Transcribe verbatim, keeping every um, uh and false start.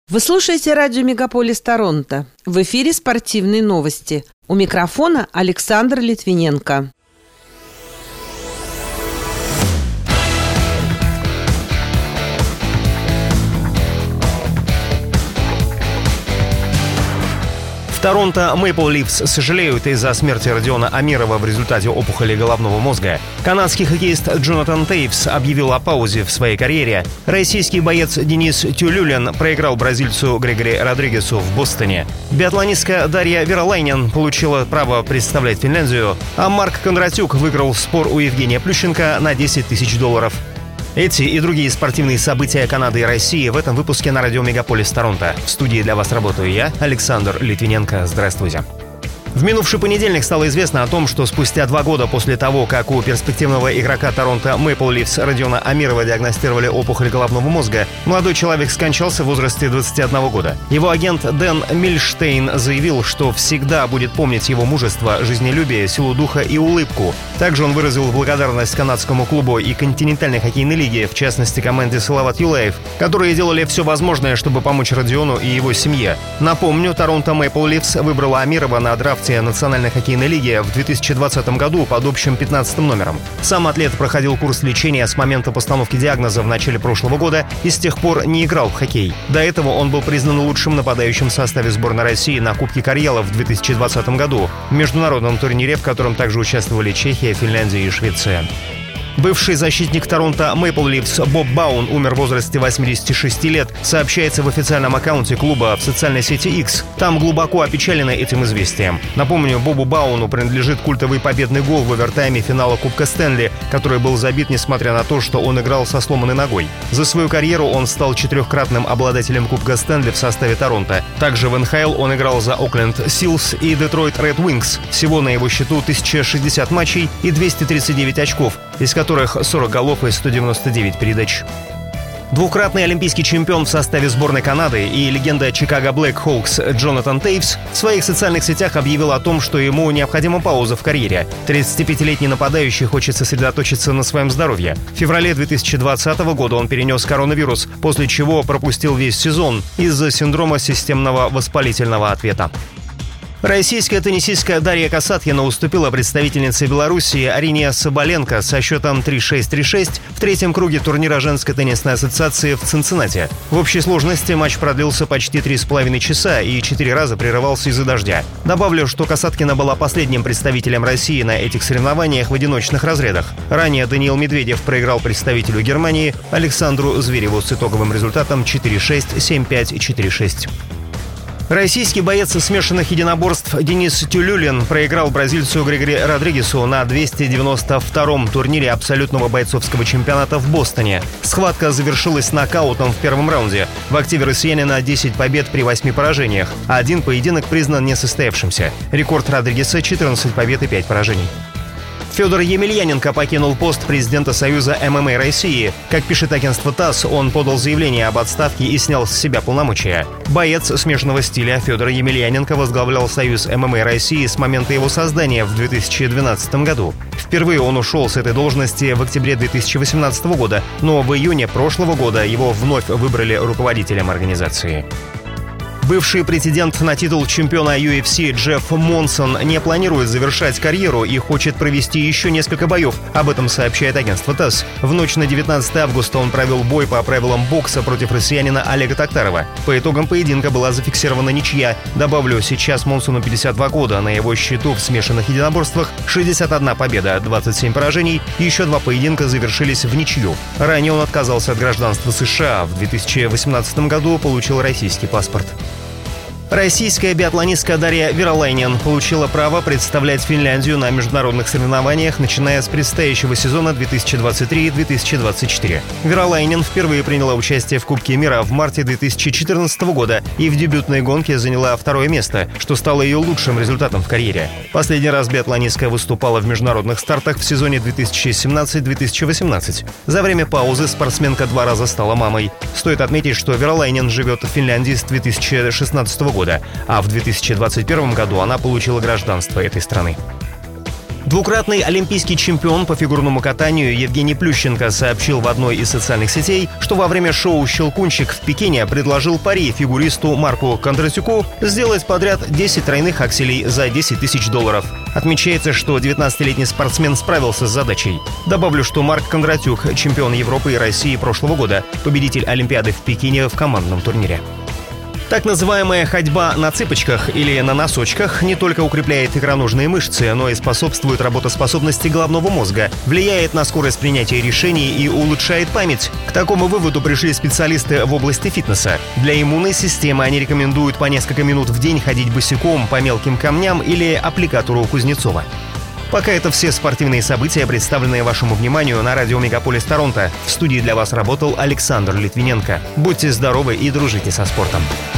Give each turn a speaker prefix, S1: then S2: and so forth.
S1: Вы слушаете радио «Мегаполис Торонто». В эфире спортивные новости. У микрофона Александр Литвиненко.
S2: В Торонто Мэйпл Лифс сожалеют из-за смерти Родиона Амирова в результате опухоли головного мозга. Канадский хоккеист Джонатан Тейвс объявил о паузе в своей карьере. Российский боец Денис Тюлюлин проиграл бразильцу Грегори Родригесу в Бостоне. Биатлонистка Дарья Веролайнен получила право представлять Финляндию, а Марк Кондратюк выиграл спор у Евгения Плющенко на десять тысяч долларов. Эти и другие спортивные события Канады и России в этом выпуске на радио «Мегаполис Торонто». В студии для вас работаю я, Александр Литвиненко. Здравствуйте. В минувший понедельник стало известно о том, что спустя два года после того, как у перспективного игрока Торонто Мэйпл Лифс Родиона Амирова диагностировали опухоль головного мозга, молодой человек скончался в возрасте двадцати одного года. Его агент Дэн Мильштейн заявил, что всегда будет помнить его мужество, жизнелюбие, силу духа и улыбку. Также он выразил благодарность канадскому клубу и континентальной хоккейной лиге, в частности команде Салават Юлаев, которые делали все возможное, чтобы помочь Родиону и его семье. Напомню, Торонто Мэйпл Лифс выбрала Амирова на драфте Национальной хоккейной лиги в две тысячи двадцатом году под общим пятнадцатым номером. Сам атлет проходил курс лечения с момента постановки диагноза в начале прошлого года и с тех пор не играл в хоккей. До этого он был признан лучшим нападающим в составе сборной России на Кубке Карьяла в две тысячи двадцатом году, в международном турнире, в котором также участвовали Чехия, Финляндия и Швеция. Бывший защитник Торонто Мэйпл Лифс Боб Баун умер в возрасте восьмидесяти шести лет, сообщается в официальном аккаунте клуба в социальной сети X. Там глубоко опечалены этим известием. Напомню, Бобу Бауну принадлежит культовый победный гол в овертайме финала Кубка Стэнли, который был забит, несмотря на то, что он играл со сломанной ногой. За свою карьеру он стал четырехкратным обладателем Кубка Стэнли в составе Торонто. Также в эн ха эл он играл за Окленд Силс и Детройт Ред Уинкс. Всего на его счету тысяча шестьдесят матчей и двести тридцать девять очков, из которых сорок голов и сто девяносто девять передач. Двукратный олимпийский чемпион в составе сборной Канады и легенда Чикаго Блэк Хоукс Джонатан Тейвс в своих социальных сетях объявил о том, что ему необходима пауза в карьере. тридцатипятилетний нападающий хочет сосредоточиться на своем здоровье. В феврале две тысячи двадцатого года он перенес коронавирус, после чего пропустил весь сезон из-за синдрома системного воспалительного ответа. Российская теннисистка Дарья Касаткина уступила представительнице Белоруссии Арине Соболенко со счетом три шесть три шесть в третьем круге турнира женской теннисной ассоциации в Цинциннати. В общей сложности матч продлился почти три с половиной часа и четыре раза прерывался из-за дождя. Добавлю, что Касаткина была последним представителем России на этих соревнованиях в одиночных разрядах. Ранее Даниил Медведев проиграл представителю Германии Александру Звереву с итоговым результатом четыре шесть, семь пять и четыре шесть. Российский боец смешанных единоборств Денис Тюлюлин проиграл бразильцу Грегори Родригесу на двести девяносто втором турнире абсолютного бойцовского чемпионата в Бостоне. Схватка завершилась нокаутом в первом раунде. В активе россиянина десять побед при восьми поражениях, а один поединок признан несостоявшимся. Рекорд Родригеса — четырнадцать побед и пять поражений. Федор Емельяненко покинул пост президента Союза эм эм а России. Как пишет агентство ТАСС, он подал заявление об отставке и снял с себя полномочия. Боец смешанного стиля Федор Емельяненко возглавлял Союз эм эм а России с момента его создания в две тысячи двенадцатом году. Впервые он ушел с этой должности в октябре две тысячи восемнадцатого года, но в июне прошлого года его вновь выбрали руководителем организации. Бывший претендент на титул чемпиона ю эф си Джефф Монсон не планирует завершать карьеру и хочет провести еще несколько боев. Об этом сообщает агентство ТАСС. В ночь на девятнадцатое августа он провел бой по правилам бокса против россиянина Олега Токтарова. По итогам поединка была зафиксирована ничья. Добавлю, сейчас Монсону пятьдесят два года. На его счету в смешанных единоборствах шестьдесят одна победа, двадцать семь поражений. Еще два поединка завершились в ничью. Ранее он отказался от гражданства США. В две тысячи восемнадцатом году получил российский паспорт. Российская биатлонистка Дарья Веролайнен получила право представлять Финляндию на международных соревнованиях, начиная с предстоящего сезона две тысячи двадцать три - две тысячи двадцать четыре. Веролайнен впервые приняла участие в Кубке мира в марте две тысячи четырнадцатого года и в дебютной гонке заняла второе место, что стало ее лучшим результатом в карьере. Последний раз биатлонистка выступала в международных стартах в сезоне две тысячи семнадцатый - две тысячи восемнадцатый. За время паузы спортсменка два раза стала мамой. Стоит отметить, что Веролайнен живет в Финляндии с две тысячи шестнадцатого года. А в две тысячи двадцать первом году она получила гражданство этой страны. Двукратный олимпийский чемпион по фигурному катанию Евгений Плющенко сообщил в одной из социальных сетей, что во время шоу «Щелкунчик» в Пекине предложил пари фигуристу Марку Кондратюку сделать подряд десять тройных акселей за десять тысяч долларов. Отмечается, что девятнадцатилетний спортсмен справился с задачей. Добавлю, что Марк Кондратюк – чемпион Европы и России прошлого года, победитель Олимпиады в Пекине в командном турнире. Так называемая ходьба на цыпочках или на носочках не только укрепляет икроножные мышцы, но и способствует работоспособности головного мозга, влияет на скорость принятия решений и улучшает память. К такому выводу пришли специалисты в области фитнеса. Для иммунной системы они рекомендуют по несколько минут в день ходить босиком по мелким камням или аппликатору Кузнецова. Пока это все спортивные события, представленные вашему вниманию на радио «Мегаполис Торонто». В студии для вас работал Александр Литвиненко. Будьте здоровы и дружите со спортом.